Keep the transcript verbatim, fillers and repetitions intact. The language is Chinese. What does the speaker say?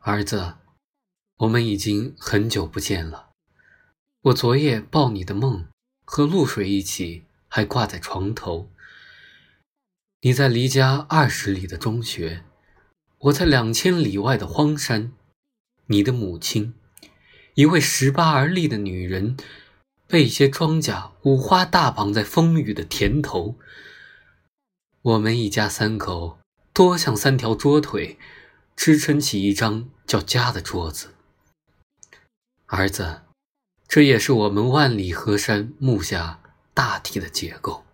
儿子，我们已经很久不见了。我昨夜抱你的梦和露水一起还挂在床头。你在离家二十里的中学，我在两千里外的荒山。你的母亲，一位十八而立的女人，被一些庄稼五花大绑在丰腴的田头。我们一家三口多像三条桌腿，支撑起一张叫家的桌子。儿子，这也是我们万里河山木下大体的结构。